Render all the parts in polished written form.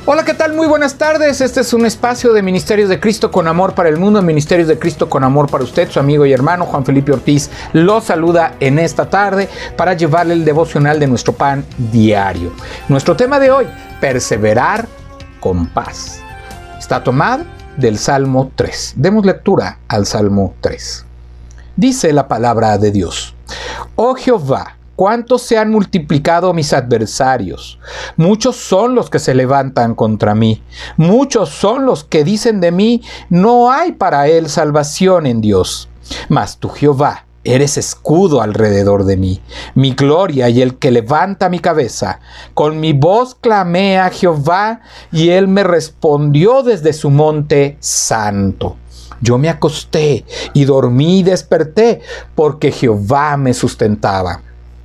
Hola, ¿qué tal? Muy buenas tardes. Este es un espacio de Ministerios de Cristo con Amor para el Mundo, Ministerios de Cristo con Amor para usted. Su amigo y hermano Juan Felipe Ortiz lo saluda en esta tarde para llevarle el devocional de nuestro pan diario. Nuestro tema de hoy, perseverar con paz. Está tomado del Salmo 3. Demos lectura al Salmo 3. Dice la palabra de Dios: Oh Jehová, ¿cuántos se han multiplicado mis adversarios? Muchos son los que se levantan contra mí. Muchos son los que dicen de mí, no hay para él salvación en Dios. Mas tú, Jehová, eres escudo alrededor de mí, mi gloria y el que levanta mi cabeza. Con mi voz clamé a Jehová, y él me respondió desde su monte santo. Yo me acosté y dormí y desperté, porque Jehová me sustentaba.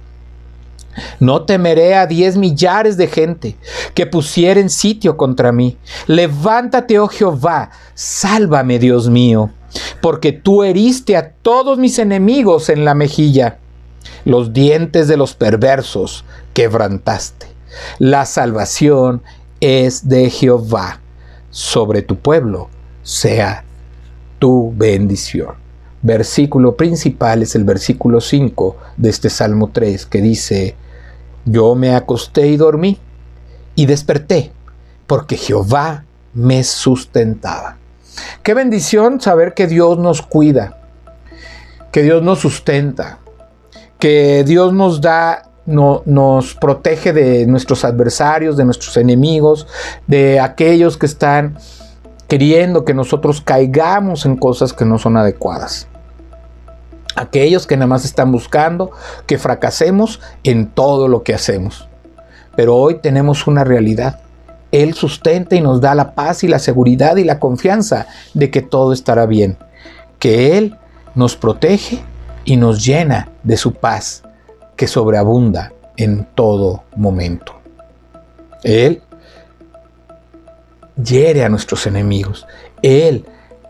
No temeré a 10 millares de gente que pusieren sitio contra mí. Levántate, oh Jehová, sálvame, Dios mío, porque tú heriste a todos mis enemigos en la mejilla. Los dientes de los perversos quebrantaste. La salvación es de Jehová. Sobre tu pueblo sea tu bendición. Versículo principal es el versículo 5 de este Salmo 3, que dice: Yo me acosté y dormí y desperté, porque Jehová me sustentaba. Qué bendición saber que Dios nos cuida, que Dios nos sustenta, que Dios nos protege de nuestros adversarios, de nuestros enemigos, de aquellos que están queriendo que nosotros caigamos en cosas que no son adecuadas. Aquellos que nada más están buscando que fracasemos en todo lo que hacemos. Pero hoy tenemos una realidad. Él sustenta y nos da la paz y la seguridad y la confianza de que todo estará bien. Que Él nos protege y nos llena de su paz, que sobreabunda en todo momento. Él hiere a nuestros enemigos. Él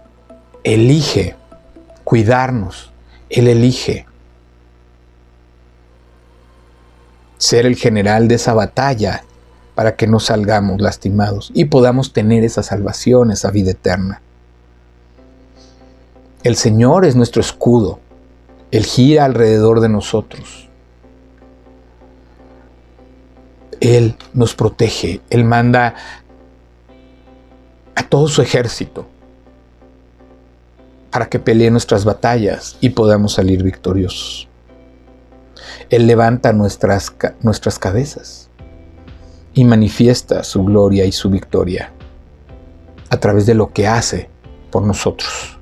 elige cuidarnos. Él elige ser el general de esa batalla para que no salgamos lastimados y podamos tener esa salvación, esa vida eterna. El Señor es nuestro escudo. Él gira alrededor de nosotros. Él nos protege. Él manda a todo su ejército para que pelee nuestras batallas y podamos salir victoriosos. Él levanta nuestras cabezas y manifiesta su gloria y su victoria a través de lo que hace por nosotros.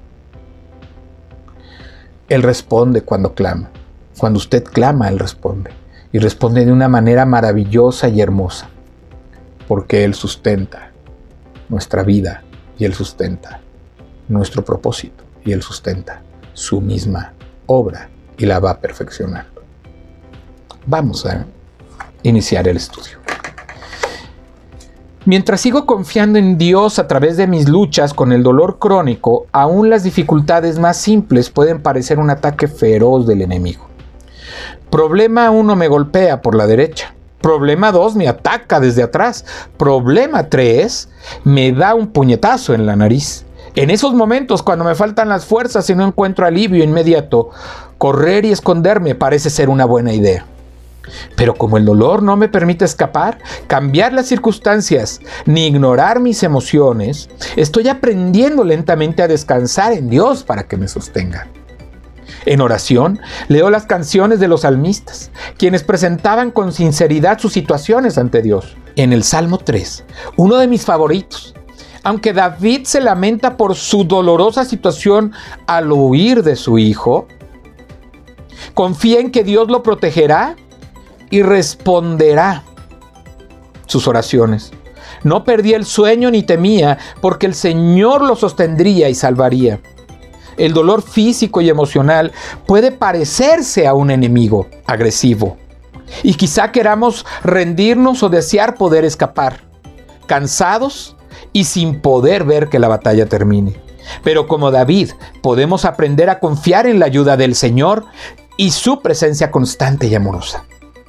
Él responde cuando clama. Cuando usted clama, Él responde. Y responde de una manera maravillosa y hermosa, porque Él sustenta nuestra vida y Él sustenta nuestro propósito y Él sustenta su misma obra y la va perfeccionando. Vamos a iniciar el estudio. Mientras sigo confiando en Dios a través de mis luchas con el dolor crónico, aún las dificultades más simples pueden parecer un ataque feroz del enemigo. Problema 1: me golpea por la derecha. Problema 2: me ataca desde atrás. Problema 3: me da un puñetazo en la nariz. En esos momentos, cuando me faltan las fuerzas y no encuentro alivio inmediato, correr y esconderme parece ser una buena idea. Pero como el dolor no me permite escapar, cambiar las circunstancias, ni ignorar mis emociones, estoy aprendiendo lentamente a descansar en Dios para que me sostenga. En oración, leo las canciones de los salmistas, quienes presentaban con sinceridad sus situaciones ante Dios. En el Salmo 3, uno de mis favoritos, aunque David se lamenta por su dolorosa situación al huir de su hijo, confía en que Dios lo protegerá y responderá sus oraciones. No perdía el sueño ni temía, porque el Señor lo sostendría y salvaría. El dolor físico y emocional puede parecerse a un enemigo agresivo, y quizá queramos rendirnos o desear poder escapar, cansados y sin poder ver que la batalla termine. Pero como David, podemos aprender a confiar en la ayuda del Señor y su presencia constante y amorosa.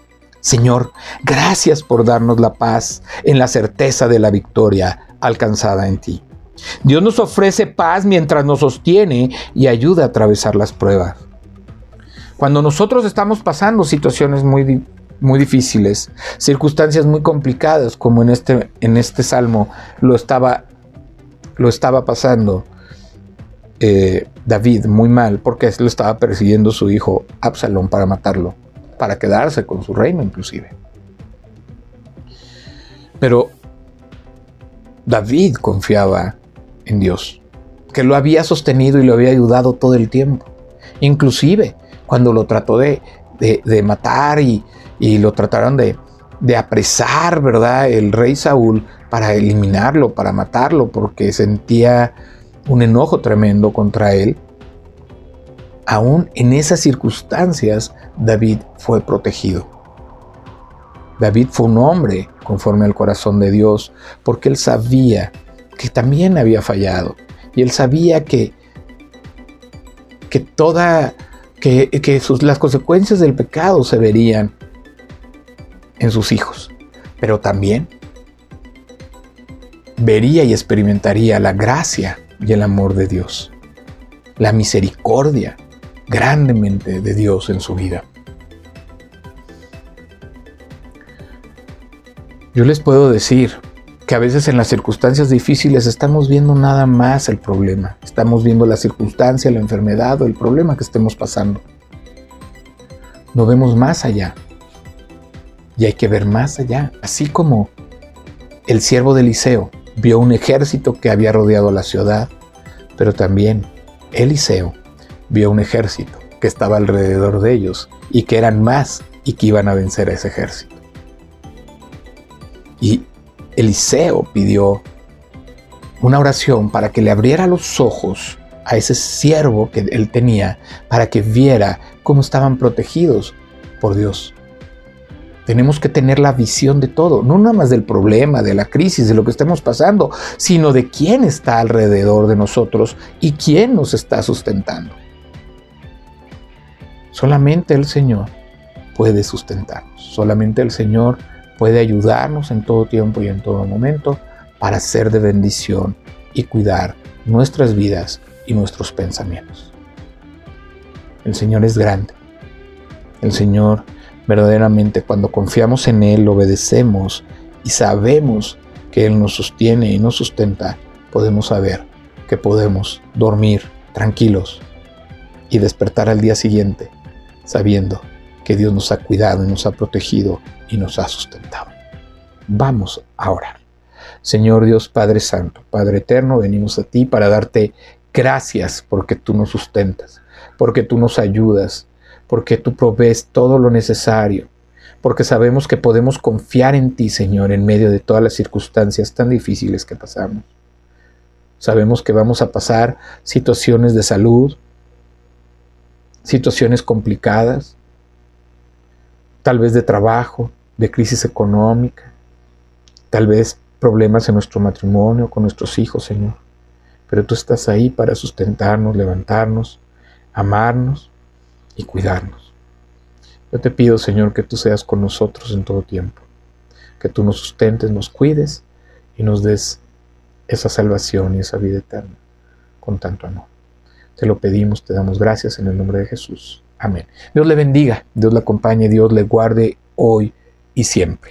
Señor, gracias por darnos la paz en la certeza de la victoria alcanzada en ti. Dios nos ofrece paz mientras nos sostiene y ayuda a atravesar las pruebas. Cuando nosotros estamos pasando situaciones muy difíciles, circunstancias muy complicadas, como en este salmo lo estaba pasando David muy mal, porque lo estaba persiguiendo su hijo Absalón para matarlo, para quedarse con su reino inclusive. Pero David confiaba en Dios, que lo había sostenido y lo había ayudado todo el tiempo. Inclusive cuando lo trató de matar y lo trataron de apresar, ¿verdad? El rey Saúl, para eliminarlo, para matarlo, porque sentía un enojo tremendo contra él. Aún en esas circunstancias, David fue protegido. David fue un hombre conforme al corazón de Dios, porque él sabía que también había fallado. Y él sabía que las consecuencias del pecado se verían en sus hijos. Pero también vería y experimentaría la gracia y el amor de Dios, la misericordia grandemente de Dios en su vida. Yo les puedo decir que a veces en las circunstancias difíciles estamos viendo nada más el problema. Estamos viendo la circunstancia, la enfermedad o el problema que estemos pasando. No vemos más allá. Y hay que ver más allá. Así como el siervo de Eliseo vio un ejército que había rodeado la ciudad, pero también Eliseo vio un ejército que estaba alrededor de ellos y que eran más y que iban a vencer a ese ejército. Y Eliseo pidió una oración para que le abriera los ojos a ese siervo que él tenía, para que viera cómo estaban protegidos por Dios. Tenemos que tener la visión de todo, no nada más del problema, de la crisis, de lo que estemos pasando, sino de quién está alrededor de nosotros y quién nos está sustentando. Solamente el Señor puede sustentarnos, solamente el Señor puede ayudarnos en todo tiempo y en todo momento para ser de bendición y cuidar nuestras vidas y nuestros pensamientos. El Señor es grande. El Señor verdaderamente, cuando confiamos en Él, obedecemos y sabemos que Él nos sostiene y nos sustenta, podemos saber que podemos dormir tranquilos y despertar al día siguiente sabiendo que Dios nos ha cuidado y nos ha protegido y nos ha sustentado. Vamos a orar. Señor Dios Padre Santo, Padre Eterno, venimos a ti para darte gracias porque tú nos sustentas, porque tú nos ayudas, porque tú provees todo lo necesario, porque sabemos que podemos confiar en ti, Señor, en medio de todas las circunstancias tan difíciles que pasamos. Sabemos que vamos a pasar situaciones de salud, situaciones complicadas, tal vez de trabajo, de crisis económica, tal vez problemas en nuestro matrimonio, con nuestros hijos, Señor. Pero tú estás ahí para sustentarnos, levantarnos, amarnos y cuidarnos. Yo te pido, Señor, que tú seas con nosotros en todo tiempo, que tú nos sustentes, nos cuides y nos des esa salvación y esa vida eterna con tanto amor. Te lo pedimos, te damos gracias en el nombre de Jesús. Amén. Dios le bendiga, Dios le acompañe, Dios le guarde hoy y siempre.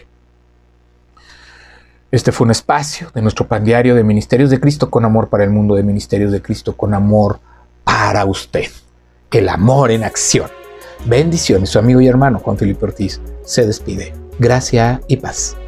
Este fue un espacio de nuestro pan diario de Ministerios de Cristo con amor para el mundo, de Ministerios de Cristo con amor para usted. El amor en acción. Bendiciones. Su amigo y hermano Juan Felipe Ortiz se despide. Gracia y paz.